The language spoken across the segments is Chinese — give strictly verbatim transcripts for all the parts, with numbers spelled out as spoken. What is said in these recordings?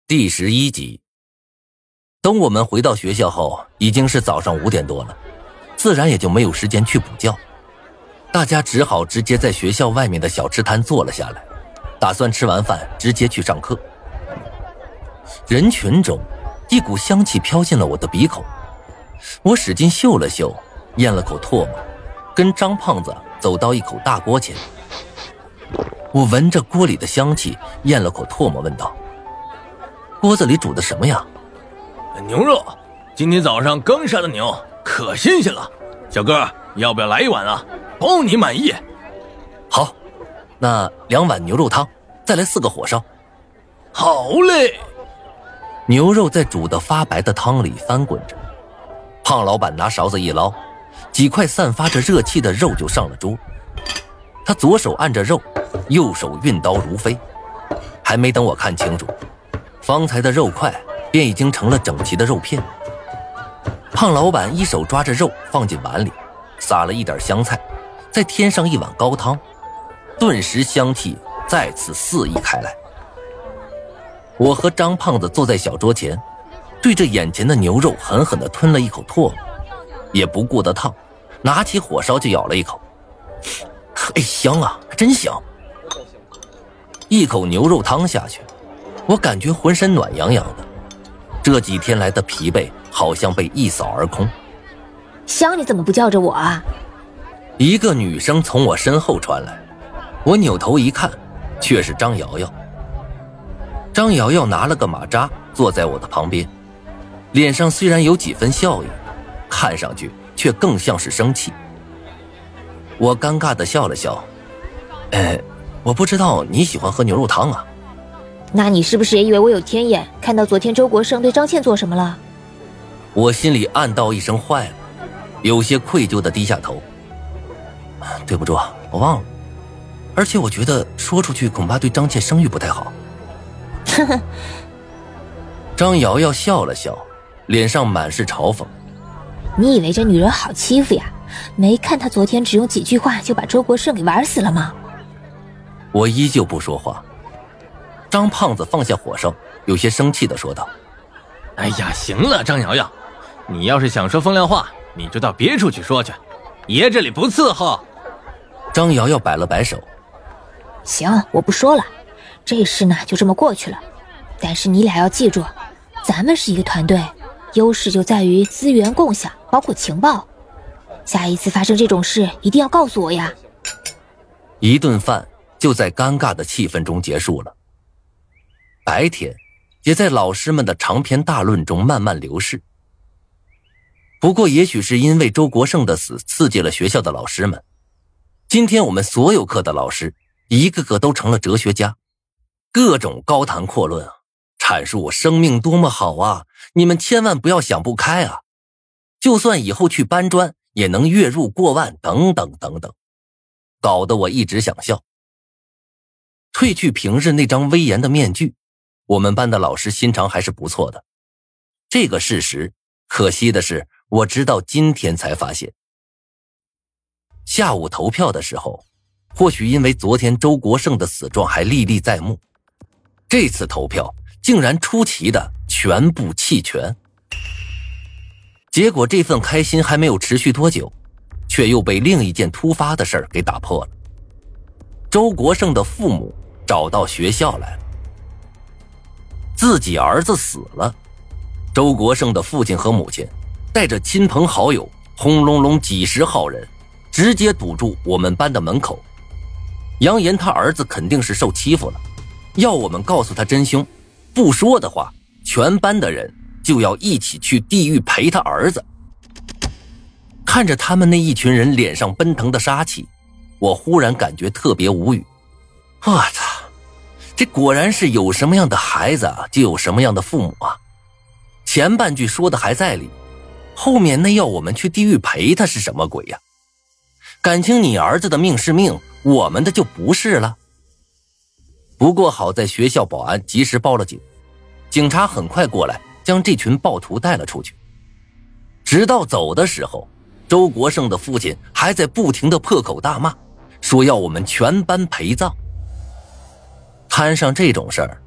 第十一集。等我们回到学校后，已经是早上五点多了，自然也就没有时间去补觉。大家只好直接在学校外面的小吃摊坐了下来，打算吃完饭直接去上课。人群中，一股香气飘进了我的鼻口，我使劲嗅了嗅，咽了口唾沫，跟张胖子走到一口大锅前。我闻着锅里的香气，咽了口唾沫，问道：锅子里煮的什么呀？ 牛肉，今天早上刚杀的牛，可新鲜了。小哥，要不要来一碗啊？包你满意。 好，那两碗牛肉汤，再来四个火烧。 好嘞。 牛肉在煮得发白的汤里翻滚着，胖老板拿勺子一捞，几块散发着热气的肉就上了桌。他左手按着肉，右手运刀如飞，还没等我看清楚，方才的肉块便已经成了整齐的肉片。胖老板一手抓着肉放进碗里，撒了一点香菜，再添上一碗高汤，顿时香气再次四溢开来。我和张胖子坐在小桌前，对着眼前的牛肉狠狠地吞了一口唾沫，也不顾得烫，拿起火烧就咬了一口。哎，香啊，真香！一口牛肉汤下去，我感觉浑身暖洋洋的，这几天来的疲惫好像被一扫而空。 香，你怎么不叫着我啊？ 一个女声从我身后传来，我扭头一看，却是张瑶瑶。张瑶瑶拿了个马扎坐在我的旁边，脸上虽然有几分笑意，看上去却更像是生气。我尴尬地笑了笑，哎，我不知道你喜欢喝牛肉汤啊。 那你是不是也以为我有天眼，看到昨天周国胜对张倩做什么了？ 我心里暗道一声坏了，有些愧疚地低下头。对不住，我忘了，而且我觉得说出去恐怕对张倩声誉不太好。 呵呵。 张瑶瑶笑了笑，脸上满是嘲讽。 你以为这女人好欺负呀？没看她昨天只用几句话就把周国胜给玩死了吗？ 我依旧不说话。张胖子放下火烧，有些生气地说道： 哎呀，行了，张瑶瑶，你要是想说风凉话，你就到别处去说去，爷这里不伺候。 张瑶瑶摆了摆手： 行，我不说了，这事呢就这么过去了。但是你俩要记住，咱们是一个团队，优势就在于资源共享，包括情报。下一次发生这种事一定要告诉我呀。 一顿饭就在尴尬的气氛中结束了。白天也在老师们的长篇大论中慢慢流逝。不过也许是因为周国胜的死刺激了学校的老师们，今天我们所有课的老师一个个都成了哲学家，各种高谈阔论啊，阐述生命多么好啊，你们千万不要想不开啊，就算以后去搬砖也能月入过万等等等等，搞得我一直想笑。褪去平日那张威严的面具，我们班的老师心肠还是不错的。这个事实，可惜的是我直到今天才发现。下午投票的时候，或许因为昨天周国胜的死状还历历在目，这次投票竟然出奇的全部弃权。结果这份开心还没有持续多久，却又被另一件突发的事儿给打破了。周国胜的父母找到学校来了，自己儿子死了。周国胜的父亲和母亲带着亲朋好友，轰隆隆几十号人，直接堵住我们班的门口，扬言他儿子肯定是受欺负了，要我们告诉他真凶，不说的话，全班的人就要一起去地狱陪他儿子。看着他们那一群人脸上奔腾的杀气，我忽然感觉特别无语。我操，这果然是有什么样的孩子就有什么样的父母啊！前半句说的还在理，后面那要我们去地狱陪他是什么鬼呀？感情你儿子的命是命，我们的就不是了。不过好在学校保安及时报了警，警察很快过来将这群暴徒带了出去。直到走的时候，周国胜的父亲还在不停地破口大骂，说要我们全班陪葬。摊上这种事儿，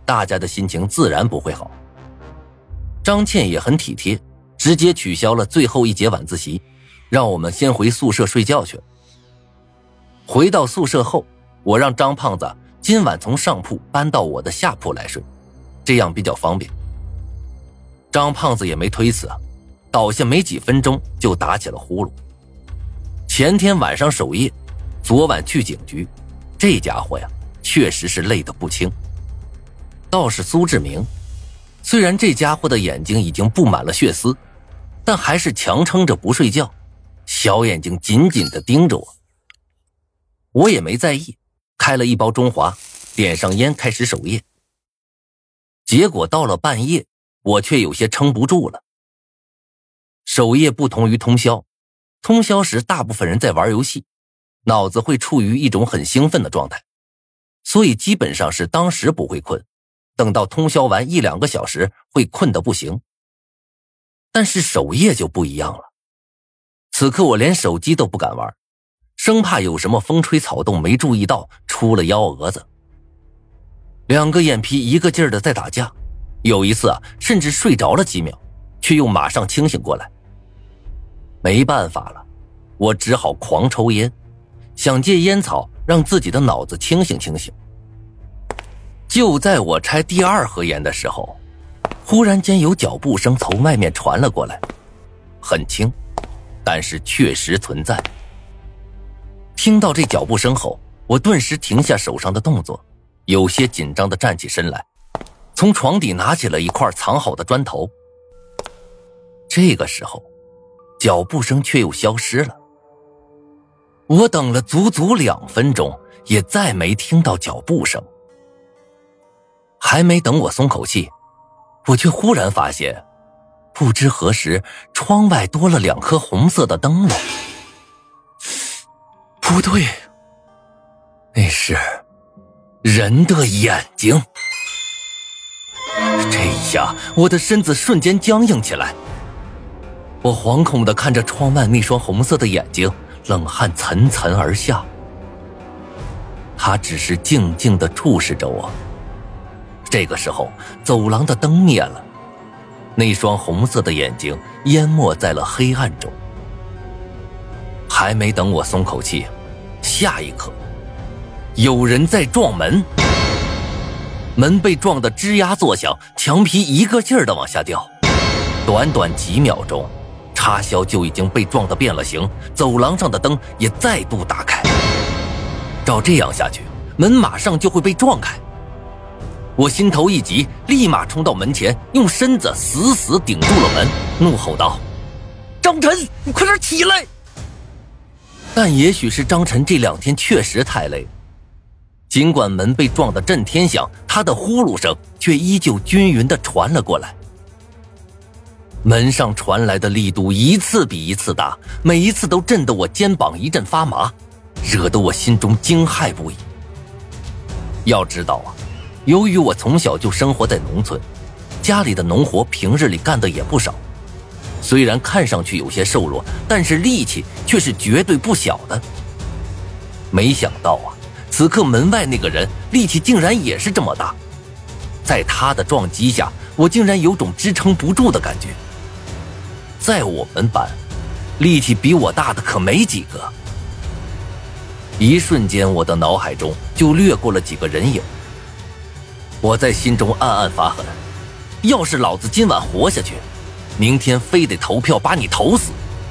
大家的心情自然不会好。张倩也很体贴，直接取消了最后一节晚自习，让我们先回宿舍睡觉去了。回到宿舍后，我让张胖子今晚从上铺搬到我的下铺来睡，这样比较方便。张胖子也没推辞，倒下没几分钟就打起了呼噜。前天晚上守夜，昨晚去警局，这家伙呀确实是累得不轻。倒是苏志明，虽然这家伙的眼睛已经布满了血丝，但还是强撑着不睡觉，小眼睛紧紧地盯着我。我也没在意，开了一包中华，点上烟开始守夜。结果到了半夜，我却有些撑不住了。守夜不同于通宵，通宵时大部分人在玩游戏，脑子会处于一种很兴奋的状态，所以基本上是当时不会困，等到通宵完一两个小时会困得不行。但是守夜就不一样了，此刻我连手机都不敢玩，生怕有什么风吹草动没注意到出了幺蛾子。两个眼皮一个劲儿的在打架，有一次啊，甚至睡着了几秒，却又马上清醒过来。没办法了，我只好狂抽烟，想借烟草让自己的脑子清醒清醒。就在我拆第二盒烟的时候，忽然间有脚步声从外面传了过来，很轻，但是确实存在。听到这脚步声后，我顿时停下手上的动作，有些紧张地站起身来，从床底拿起了一块藏好的砖头。这个时候，脚步声却又消失了。我等了足足两分钟，也再没听到脚步声。还没等我松口气，我却忽然发现，不知何时窗外多了两颗红色的灯笼。不对，那是人的眼睛。这一下我的身子瞬间僵硬起来，我惶恐地看着窗外那双红色的眼睛，冷汗涔涔而下。他只是静静地注视着我。这个时候，走廊的灯灭了，那双红色的眼睛淹没在了黑暗中。还没等我松口气，下一刻，有人在撞门，门被撞得吱呀作响，墙皮一个劲儿地往下掉。短短几秒钟，插销就已经被撞得变了形，走廊上的灯也再度打开。照这样下去，门马上就会被撞开。我心头一急，立马冲到门前，用身子死死顶住了门，怒吼道：张晨，你快点起来！但也许是张晨这两天确实太累了，尽管门被撞得震天响，他的呼噜声却依旧均匀地传了过来。门上传来的力度一次比一次大，每一次都震得我肩膀一阵发麻，惹得我心中惊骇不已。要知道啊，由于我从小就生活在农村，家里的农活平日里干的也不少，虽然看上去有些瘦弱，但是力气却是绝对不小的。没想到啊，此刻门外那个人力气竟然也是这么大，在他的撞击下，我竟然有种支撑不住的感觉。在我们班，力气比我大的可没几个。一瞬间，我的脑海中就掠过了几个人影。我在心中暗暗发狠，要是老子今晚活下去，明天非得投票把你投死。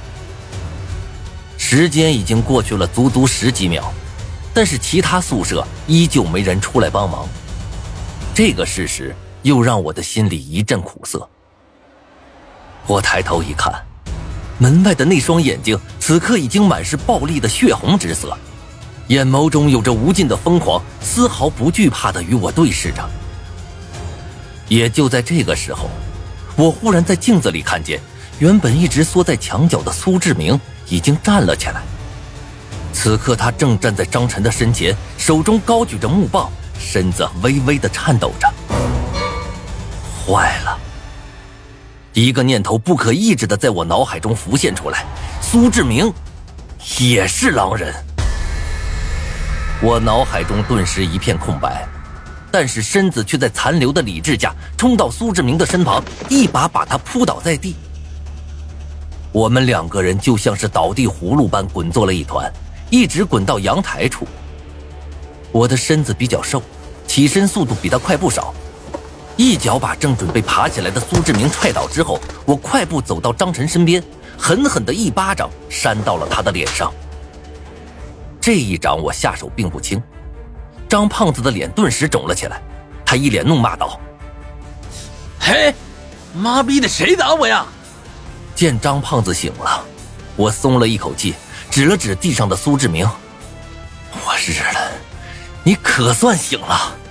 时间已经过去了足足十几秒，但是其他宿舍依旧没人出来帮忙。这个事实又让我的心里一阵苦涩。我抬头一看，门外的那双眼睛此刻已经满是暴戾的血红之色，眼眸中有着无尽的疯狂，丝毫不惧怕地与我对视着。也就在这个时候，我忽然在镜子里看见，原本一直缩在墙角的苏志明已经站了起来。此刻他正站在张晨的身前，手中高举着木棒，身子微微地颤抖着。坏了！一个念头不可抑制地在我脑海中浮现出来，苏志明也是狼人。我脑海中顿时一片空白， 但是身子却在残留的理智下冲到苏志明的身旁，一把把他扑倒在地。我们两个人就像是倒地葫芦般滚作了一团，一直滚到阳台处。我的身子比较瘦，起身速度比他快不少，一脚把正准备爬起来的苏志明踹倒之后，我快步走到张晨身边，狠狠的一巴掌扇到了他的脸上。这一掌我下手并不轻，张胖子的脸顿时肿了起来，他一脸怒骂道： 嘿，妈逼的谁打我呀？ 见张胖子醒了，我松了一口气，指了指地上的苏志明：我日了，你可算醒了。